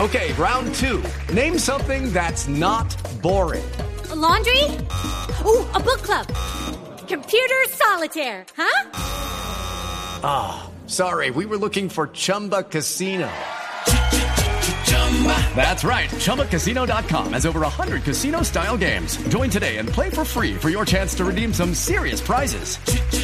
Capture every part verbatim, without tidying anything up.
Okay, round two. Name something that's not boring. A laundry? Ooh, a book club. Computer solitaire, huh? Ah, oh, sorry, we were looking for Chumba Casino. That's right, Chumba Casino dot com has over one hundred casino-style games. Join today and play for free for your chance to redeem some serious prizes.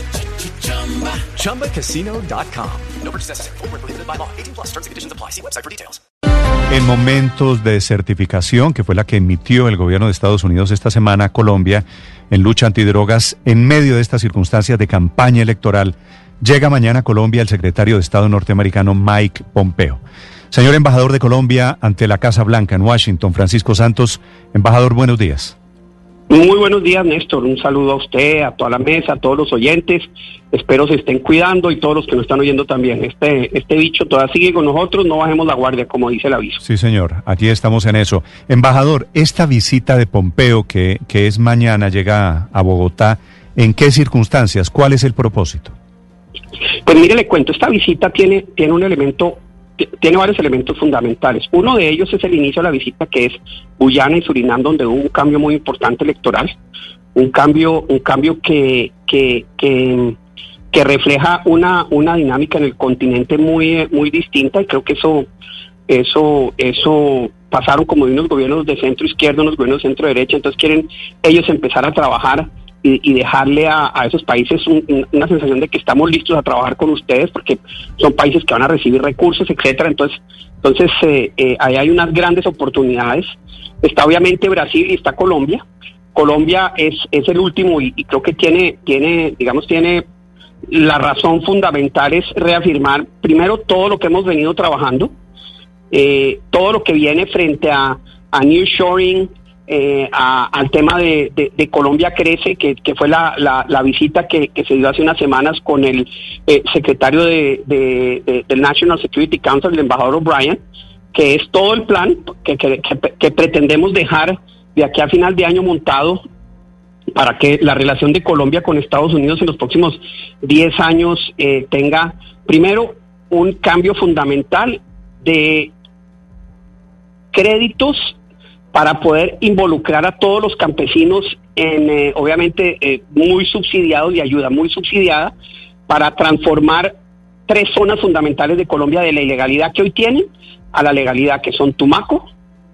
Chumba Casino dot com. No purchase necessary. Void where prohibited by law. eighteen plus terms and conditions apply. See website for details. En momentos de certificación, que fue la que emitió el gobierno de Estados Unidos esta semana a Colombia en lucha antidrogas, en medio de estas circunstancias de campaña electoral, llega mañana a Colombia el secretario de Estado norteamericano Mike Pompeo. Señor embajador de Colombia ante la Casa Blanca en Washington, Francisco Santos. Embajador, buenos días. Muy buenos días, Néstor. Un saludo a usted, a toda la mesa, a todos los oyentes. Espero se estén cuidando y todos los que nos están oyendo también. Este este bicho todavía sigue con nosotros, no bajemos la guardia, como dice el aviso. Sí, señor, aquí estamos en eso. Embajador, esta visita de Pompeo, que, que es mañana, llega a Bogotá, ¿en qué circunstancias? ¿Cuál es el propósito? Pues mire, le cuento, esta visita tiene, tiene un elemento... tiene varios elementos fundamentales. Uno de ellos es el inicio de la visita, que es Guyana y Surinam, donde hubo un cambio muy importante electoral, un cambio, un cambio que que que, que refleja una una dinámica en el continente muy muy distinta, y creo que eso eso eso pasaron como de unos gobiernos de centro izquierda, unos gobiernos de centro derecha. Entonces quieren ellos empezar a trabajar Y, y dejarle a, a esos países un, un, una sensación de que estamos listos a trabajar con ustedes, porque son países que van a recibir recursos, etcétera. Entonces, entonces eh, eh, ahí hay unas grandes oportunidades. Está obviamente Brasil y está Colombia. Colombia es es el último y, y creo que tiene tiene digamos tiene la razón fundamental es reafirmar primero todo lo que hemos venido trabajando, eh, todo lo que viene frente a a nearshoring. Eh, a, al tema de, de, de Colombia Crece, que, que fue la, la, la visita que, que se dio hace unas semanas con el eh, secretario de, de, de, del National Security Council, el embajador O'Brien, que es todo el plan que, que, que, que pretendemos dejar de aquí a final de año montado para que la relación de Colombia con Estados Unidos en los próximos diez años eh, tenga, primero, un cambio fundamental de créditos para poder involucrar a todos los campesinos en, eh, obviamente, eh, muy subsidiados, de ayuda muy subsidiada, para transformar tres zonas fundamentales de Colombia de la ilegalidad que hoy tienen a la legalidad, que son Tumaco,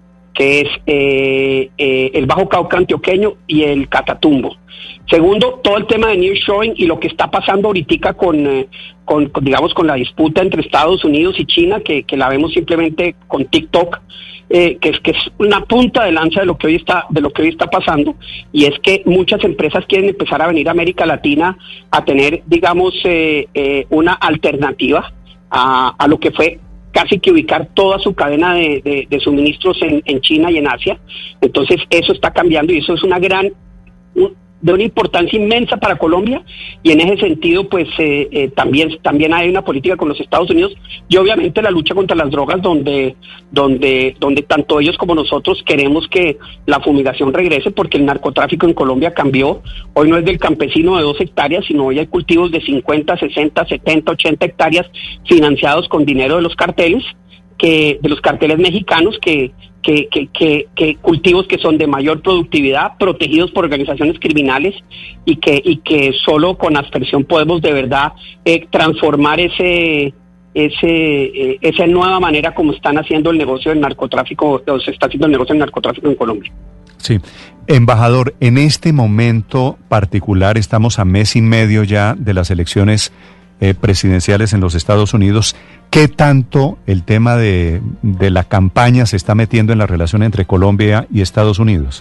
que es eh, eh, el Bajo Cauca antioqueño, y el Catatumbo. Segundo, todo el tema de nearshoring y lo que está pasando ahorita con, eh, con, con, digamos, con la disputa entre Estados Unidos y China, que, que la vemos simplemente con TikTok, eh, que es que es una punta de lanza de lo que hoy está, de lo que hoy está pasando, y es que muchas empresas quieren empezar a venir a América Latina a tener, digamos, eh, eh, una alternativa a, a lo que fue casi que ubicar toda su cadena de, de, de suministros en, en China y en Asia. Entonces eso está cambiando y eso es una gran, un, de una importancia inmensa para Colombia, y en ese sentido pues eh, eh, también también hay una política con los Estados Unidos y obviamente la lucha contra las drogas, donde donde donde tanto ellos como nosotros queremos que la fumigación regrese, porque el narcotráfico en Colombia cambió. Hoy no es del campesino de dos hectáreas, sino hoy hay cultivos de cincuenta, sesenta, setenta, ochenta hectáreas financiados con dinero de los carteles, que de los carteles mexicanos, que Que, que, que, que cultivos que son de mayor productividad, protegidos por organizaciones criminales, y que y que solo con aspersión podemos de verdad eh, transformar ese ese eh, esa nueva manera como están haciendo el negocio del narcotráfico, o se está haciendo el negocio del narcotráfico en Colombia. Sí, embajador, en este momento particular estamos a mes y medio ya de las elecciones Eh, presidenciales en los Estados Unidos. ¿Qué tanto el tema de, de la campaña se está metiendo en la relación entre Colombia y Estados Unidos?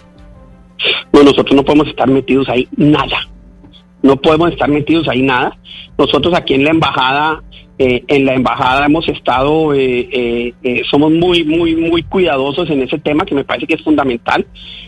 No, nosotros no podemos estar metidos ahí nada. No podemos estar metidos ahí nada. Nosotros aquí en la embajada, eh, en la embajada hemos estado, eh, eh, eh, somos muy, muy, muy cuidadosos en ese tema, que me parece que es fundamental.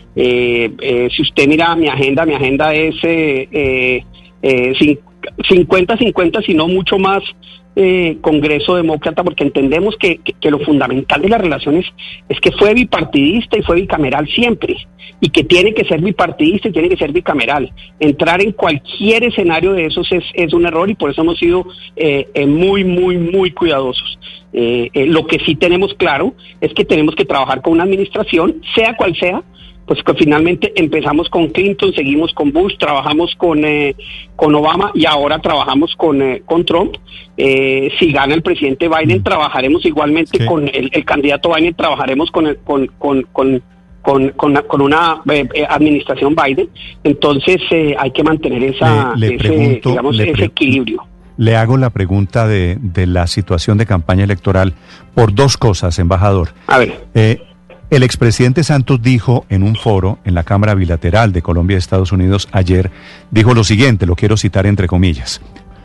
Eh, eh, si usted mira mi agenda, mi agenda es eh, eh, eh, sin cincuenta cincuenta, sino mucho más eh, Congreso Demócrata, porque entendemos que, que, que lo fundamental de las relaciones es que fue bipartidista y fue bicameral siempre, y que tiene que ser bipartidista y tiene que ser bicameral. Entrar en cualquier escenario de esos es, es un error, y por eso hemos sido eh, eh, muy, muy, muy cuidadosos. Eh, eh, lo que sí tenemos claro es que tenemos que trabajar con una administración, sea cual sea, pues que finalmente empezamos con Clinton, seguimos con Bush, trabajamos con eh, con Obama y ahora trabajamos con eh, con Trump. Eh, si gana el presidente Biden, trabajaremos igualmente sí. con el, el candidato Biden, trabajaremos con el, con, con, con Con, con, con una eh, administración Biden. Entonces eh, hay que mantener esa, le, le ese, pregunto, digamos, le ese pre equilibrio. Le hago la pregunta de, de la situación de campaña electoral por dos cosas, embajador. A ver. Eh, el expresidente Santos dijo en un foro en la Cámara Bilateral de Colombia y Estados Unidos ayer, dijo lo siguiente, lo quiero citar entre comillas: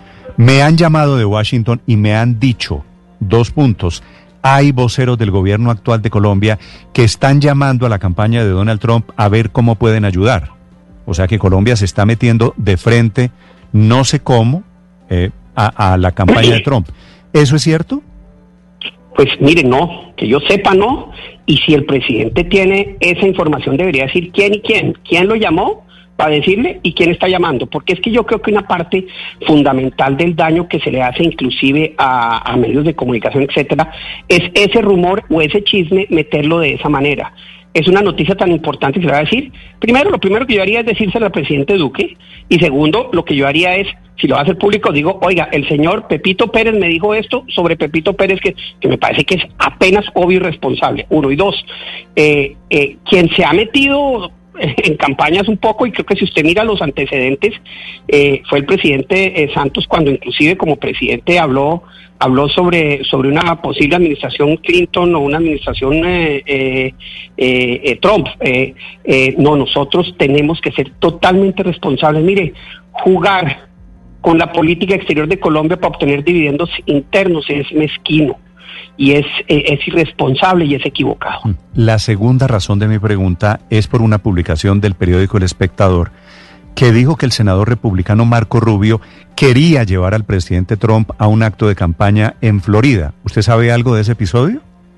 me han llamado de Washington y me han dicho, dos puntos, hay voceros del gobierno actual de Colombia que están llamando a la campaña de Donald Trump a ver cómo pueden ayudar. O sea que Colombia se está metiendo de frente, no sé cómo, eh, a, a la campaña de Trump. ¿Eso es cierto? Pues mire, no, que yo sepa no, y si el presidente tiene esa información debería decir quién y quién, quién lo llamó para decirle y quién está llamando, porque es que yo creo que una parte fundamental del daño que se le hace inclusive a, a medios de comunicación, etcétera, es ese rumor o ese chisme, meterlo de esa manera. Es una noticia tan importante que se va a decir. Primero, lo primero que yo haría es decírselo al presidente Duque, y segundo, lo que yo haría es, si lo va a hacer público, digo, oiga, el señor Pepito Pérez me dijo esto sobre Pepito Pérez, que, que me parece que es apenas obvio y responsable. Uno, y dos, eh, eh, quien se ha metido en campañas un poco, y creo que si usted mira los antecedentes, eh, fue el presidente eh, Santos, cuando inclusive como presidente habló habló sobre sobre una posible administración Clinton o una administración eh, eh, eh, Trump. Eh, eh, no, nosotros tenemos que ser totalmente responsables. Mire, jugar con la política exterior de Colombia para obtener dividendos internos es mezquino. Y es, es irresponsable y es equivocado. La segunda razón de mi pregunta es por una publicación del periódico El Espectador, que dijo que el senador republicano Marco Rubio quería llevar al presidente Trump a un acto de campaña en Florida. ¿Usted sabe algo de ese episodio?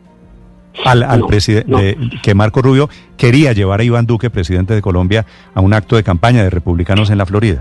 Al, al no, presidente no. que Marco Rubio quería llevar a Iván Duque, presidente de Colombia, a un acto de campaña de republicanos en la Florida.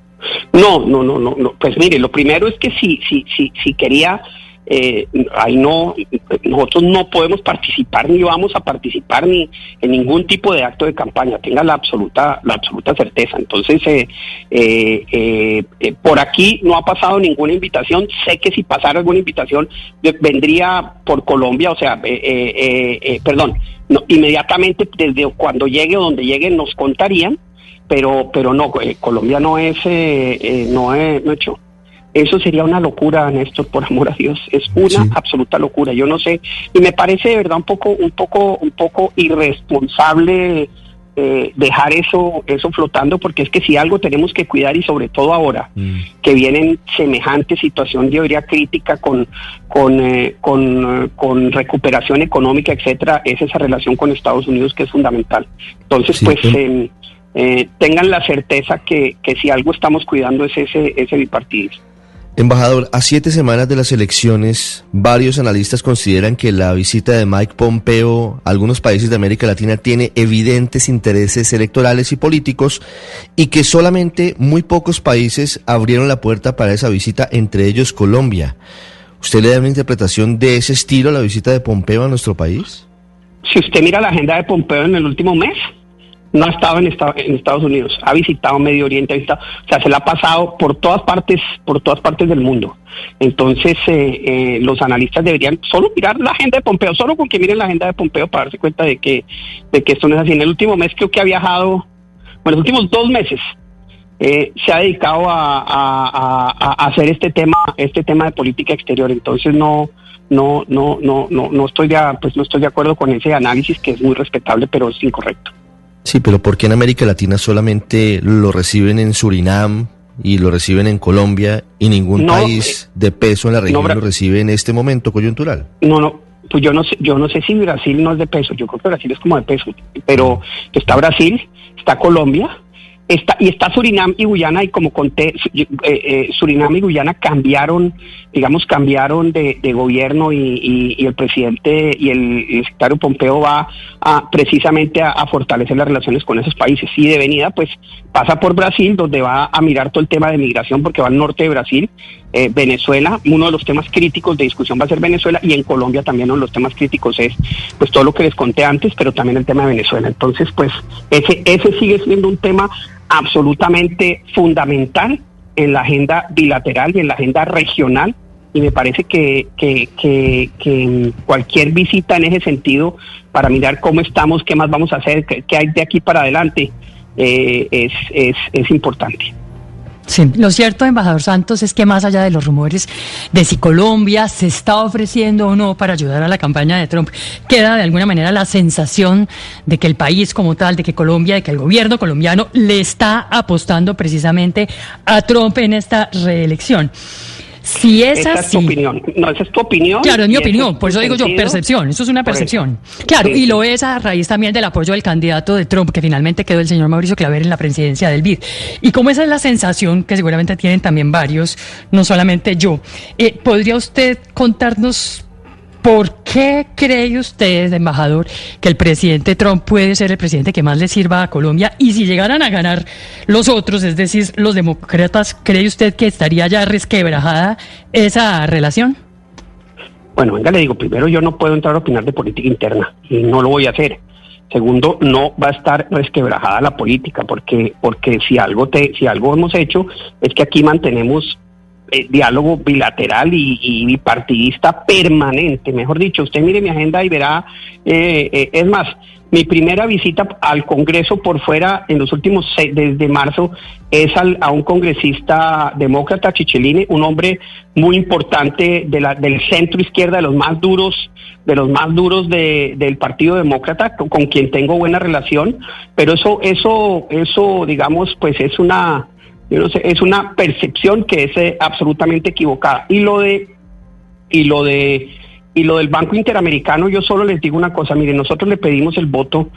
No, no, no, no, no. Pues mire, lo primero es que si, si, si, si quería... Eh, ahí no, nosotros no podemos participar ni vamos a participar ni en ningún tipo de acto de campaña, tenga la absoluta la absoluta certeza. Entonces eh, eh, eh, eh, por aquí no ha pasado ninguna invitación. Sé que si pasara alguna invitación vendría por Colombia, o sea, eh, eh, eh, perdón, no, inmediatamente desde cuando llegue o donde llegue nos contarían, pero pero no, eh, Colombia no es eh, eh, no es no hecho. Eso sería una locura, Néstor, por amor a Dios, es una sí. absoluta locura. Yo no sé, y me parece de verdad un poco, un poco, un poco irresponsable eh, dejar eso, eso flotando, porque es que si algo tenemos que cuidar, y sobre todo ahora mm. que vienen semejante situación, yo diría crítica con, con, eh, con, eh, con recuperación económica, etcétera, es esa relación con Estados Unidos que es fundamental. Entonces, sí, pues. Eh, eh, tengan la certeza que, que si algo estamos cuidando es ese, ese bipartidismo. Embajador, a siete semanas de las elecciones, varios analistas consideran que la visita de Mike Pompeo a algunos países de América Latina tiene evidentes intereses electorales y políticos, y que solamente muy pocos países abrieron la puerta para esa visita, entre ellos Colombia. ¿Usted le da una interpretación de ese estilo a la visita de Pompeo a nuestro país? Si usted mira la agenda de Pompeo en el último mes, no ha estado en, esta, en Estados Unidos, ha visitado Medio Oriente, ha visitado, o sea, se la ha pasado por todas partes, por todas partes del mundo. Entonces, eh, eh, los analistas deberían solo mirar la agenda de Pompeo, solo con que miren la agenda de Pompeo para darse cuenta de que, de que esto no es así. En el último mes creo que ha viajado, bueno, en los últimos dos meses, eh, se ha dedicado a, a, a, a hacer este tema, este tema de política exterior. Entonces, no, no, no, no, no, no estoy de, pues no estoy de acuerdo con ese análisis, que es muy respetable, pero es incorrecto. Sí, pero ¿por qué en América Latina solamente lo reciben en Surinam y lo reciben en Colombia y ningún no, país de peso en la región no, lo recibe en este momento coyuntural? No, no, pues yo no sé, yo no sé si Brasil no es de peso, yo creo que Brasil es como de peso, pero está Brasil, está Colombia, Está, y está Surinam y Guyana, y como conté, eh, eh, Surinam y Guyana cambiaron, digamos, cambiaron de, de gobierno, y, y, y el presidente y el, el secretario Pompeo va a precisamente a, a fortalecer las relaciones con esos países. Y de venida, pues, pasa por Brasil, donde va a mirar todo el tema de migración, porque va al norte de Brasil, eh, Venezuela, uno de los temas críticos de discusión va a ser Venezuela, y en Colombia también uno de los temas críticos es, pues, todo lo que les conté antes, pero también el tema de Venezuela. Entonces, pues, ese, ese sigue siendo un tema absolutamente fundamental en la agenda bilateral y en la agenda regional, y me parece que, que, que, que cualquier visita en ese sentido para mirar cómo estamos, qué más vamos a hacer, qué, qué hay de aquí para adelante, eh, es, es, es importante. Sí, lo cierto, embajador Santos, es que más allá de los rumores de si Colombia se está ofreciendo o no para ayudar a la campaña de Trump, queda de alguna manera la sensación de que el país como tal, de que Colombia, de que el gobierno colombiano le está apostando precisamente a Trump en esta reelección. Si es esa así, es tu opinión. No, esa es tu opinión. Claro, es mi opinión, Es por eso digo yo, percepción, eso es una percepción. Claro, sí, y lo sí. es a raíz también del apoyo del candidato de Trump, que finalmente quedó el señor Mauricio Claver en la presidencia del B I D. Y como esa es la sensación que seguramente tienen también varios, no solamente yo, eh, ¿podría usted contarnos por qué cree usted, embajador, que el presidente Trump puede ser el presidente que más le sirva a Colombia? Y si llegaran a ganar los otros, es decir, los demócratas, ¿cree usted que estaría ya resquebrajada esa relación? Bueno, venga, le digo, primero, yo no puedo entrar a opinar de política interna, y no lo voy a hacer. Segundo, no va a estar resquebrajada la política, porque porque si algo te, si algo hemos hecho es que aquí mantenemos eh, diálogo bilateral y, y bipartidista permanente. Mejor dicho, usted mire mi agenda y verá, eh, eh, es más, mi primera visita al Congreso por fuera en los últimos seis, desde marzo, es al, a un congresista demócrata, Cicilline, un hombre muy importante de la, del centro izquierda, de los más duros, de los más duros de, del Partido Demócrata, con, con quien tengo buena relación, pero eso, eso, eso, digamos, pues es una, yo no sé, es una percepción que es eh, absolutamente equivocada. Y lo de, y lo de Y lo del Banco Interamericano, yo solo les digo una cosa, miren, nosotros le pedimos el voto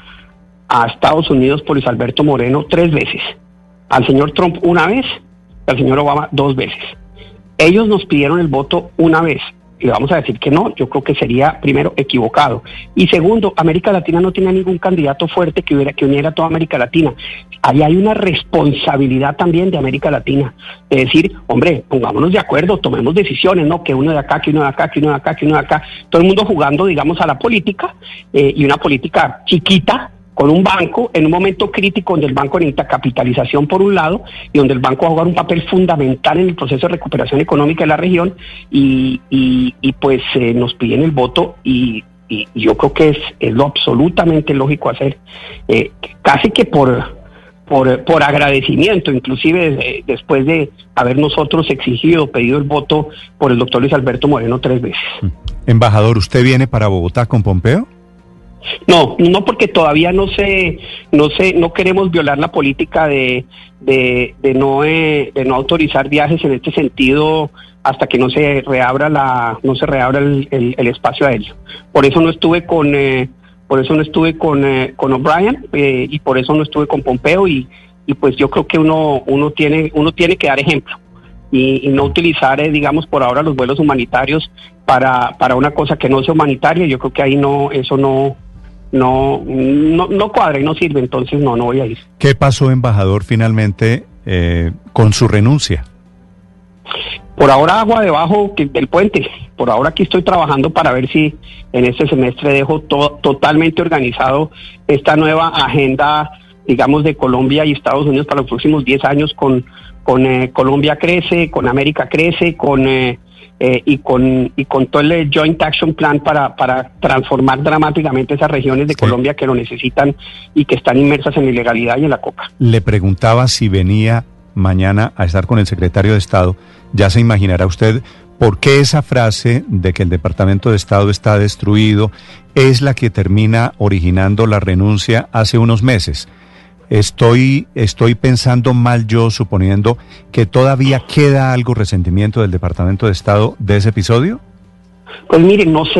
a Estados Unidos por Luis Alberto Moreno tres veces, al señor Trump una vez, al señor Obama dos veces. Ellos nos pidieron el voto una vez, y le vamos a decir que no, yo creo que sería, primero, equivocado. Y segundo, América Latina no tiene ningún candidato fuerte que hubiera que uniera a toda América Latina. Ahí hay una responsabilidad también de América Latina, de decir, hombre, pongámonos de acuerdo, tomemos decisiones, ¿no? Que uno de acá, que uno de acá, que uno de acá, que uno de acá. Todo el mundo jugando, digamos, a la política, eh, y una política chiquita, con un banco, en un momento crítico donde el banco necesita capitalización por un lado, y donde el banco va a jugar un papel fundamental en el proceso de recuperación económica de la región, y, y, y pues eh, nos piden el voto, y, y yo creo que es, es lo absolutamente lógico hacer, eh, casi que por... Por, por agradecimiento, inclusive eh, después de haber nosotros exigido, pedido el voto por el doctor Luis Alberto Moreno tres veces. Embajador, ¿usted viene para Bogotá con Pompeo? No, no, porque todavía no se, no se, no queremos violar la política de, de, de no, eh, de no autorizar viajes en este sentido hasta que no se reabra la, no se reabra el, el, el espacio aéreo. Por eso no estuve con eh, Por eso no estuve con, eh, con O'Brien eh, y por eso no estuve con Pompeo, y, y pues yo creo que uno uno tiene uno tiene que dar ejemplo y, y no utilizar, eh, digamos, por ahora los vuelos humanitarios para para una cosa que no sea humanitaria. Yo creo que ahí no, eso no no no, no cuadra y no sirve, entonces no, no voy a ir. ¿Qué pasó, embajador, finalmente eh, con su renuncia? Por ahora agua debajo del puente. Por ahora aquí estoy trabajando para ver si en este semestre dejo to- totalmente organizado esta nueva agenda, digamos, de Colombia y Estados Unidos para los próximos diez años con, con eh, Colombia Crece, con América Crece, con eh, eh, y con y con todo el Joint Action Plan para, para transformar dramáticamente esas regiones de sí. Colombia que lo necesitan y que están inmersas en la ilegalidad y en la coca. Le preguntaba si venía mañana a estar con el secretario de Estado. Ya se imaginará usted por qué esa frase de que el Departamento de Estado está destruido es la que termina originando la renuncia hace unos meses. Estoy, estoy pensando mal yo, suponiendo que todavía queda algo resentimiento del Departamento de Estado de ese episodio. Pues miren, no sé,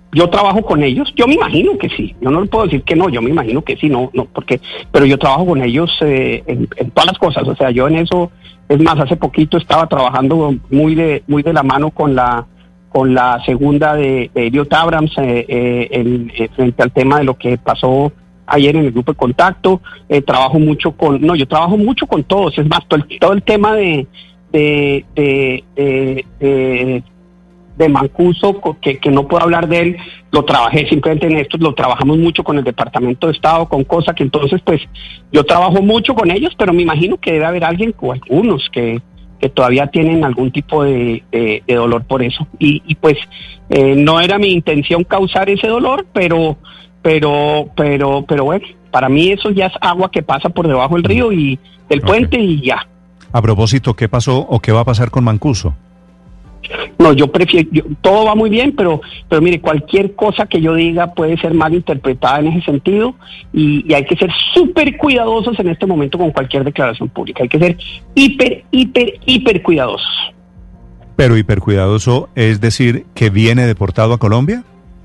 yo trabajo con ellos, yo me imagino que sí, yo no le puedo decir que no, yo me imagino que sí, no, no, porque, pero yo trabajo con ellos eh, en, en todas las cosas, o sea, yo en eso, es más, hace poquito estaba trabajando muy de, muy de la mano con la, con la segunda de, de Elliot Abrams eh, eh, en, eh, frente al tema de lo que pasó ayer en el grupo de contacto, eh, trabajo mucho con, no, yo trabajo mucho con todos, es más, todo el, todo el tema de, de, de, de, de de Mancuso, que, que no puedo hablar de él, lo trabajé simplemente en esto, lo trabajamos mucho con el Departamento de Estado, con cosas que entonces pues yo trabajo mucho con ellos, pero me imagino que debe haber alguien o algunos que, que todavía tienen algún tipo de, de, de dolor por eso. Y, y pues eh, no era mi intención causar ese dolor, pero, pero, pero, pero bueno, para mí eso ya es agua que pasa por debajo del río y del puente okay. y ya. A propósito, ¿qué pasó o qué va a pasar con Mancuso? No, yo prefiero, yo, todo va muy bien, pero pero mire, cualquier cosa que yo diga puede ser mal interpretada en ese sentido y, y hay que ser súper cuidadosos en este momento con cualquier declaración pública, hay que ser hiper, hiper, hiper cuidadosos. Pero hiper cuidadoso, ¿es decir, que viene deportado a Colombia?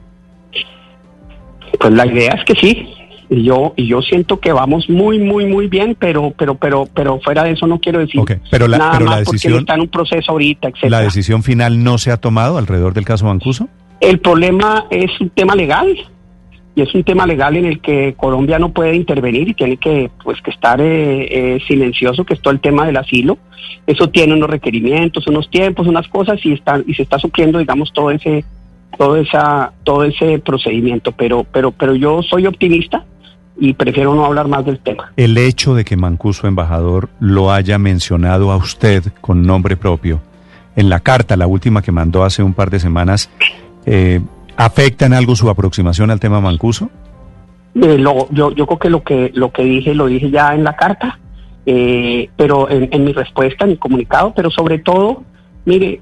Pues la idea es que sí. Y yo y yo siento que vamos muy muy muy bien, pero pero pero pero fuera de eso no quiero decir okay, pero la, nada pero más la decisión, porque está en un proceso ahorita, etcétera. ¿La decisión final no se ha tomado alrededor del caso Mancuso? El problema es un tema legal y es un tema legal en el que Colombia no puede intervenir y tiene que pues que estar eh, eh, silencioso, que es todo el tema del asilo. Eso tiene unos requerimientos, unos tiempos, unas cosas y están y se está supliendo, digamos, todo ese todo esa todo ese procedimiento, pero pero pero yo soy optimista y prefiero no hablar más del tema. El hecho de que Mancuso, embajador, lo haya mencionado a usted con nombre propio en la carta, la última que mandó hace un par de semanas, eh, ¿afecta en algo su aproximación al tema Mancuso? Eh, lo, yo, yo creo que lo que lo que dije lo dije ya en la carta, eh, pero en, en mi respuesta, en mi comunicado, pero sobre todo, mire,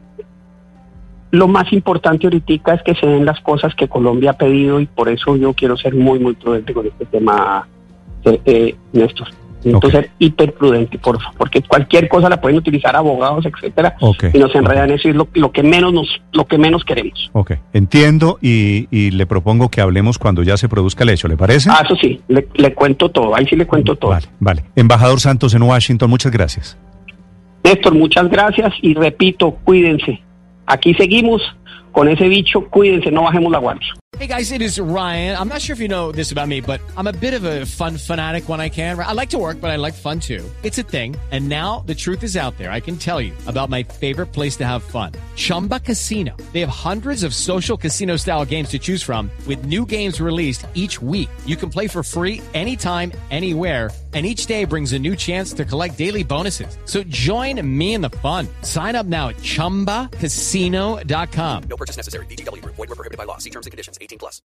lo más importante ahorita es que se den las cosas que Colombia ha pedido y por eso yo quiero ser muy, muy prudente con este tema, eh, eh, Néstor. Entonces, okay. ser hiper prudente, por favor, porque cualquier cosa la pueden utilizar abogados, etcétera, okay. y nos enredan okay. eso y es lo, lo que menos nos, lo que menos queremos. Ok, entiendo y, y le propongo que hablemos cuando ya se produzca el hecho, ¿le parece? Ah, eso sí, le, le cuento todo, ahí sí le cuento todo. Vale, vale. Embajador Santos en Washington, muchas gracias. Néstor, muchas gracias y repito, cuídense. Aquí seguimos con ese bicho, cuídense, no bajemos la guardia. Hey guys, it is Ryan. I'm not sure if you know this about me, but I'm a bit of a fun fanatic when I can. I like to work, but I like fun too. It's a thing. And now the truth is out there. I can tell you about my favorite place to have fun. Chumba Casino. They have hundreds of social casino style games to choose from with new games released each week. You can play for free anytime, anywhere. And each day brings a new chance to collect daily bonuses. So join me in the fun. Sign up now at chumba casino dot com. No purchase necessary. V G W Group. Void where prohibited by law. See terms and conditions. eighteen plus.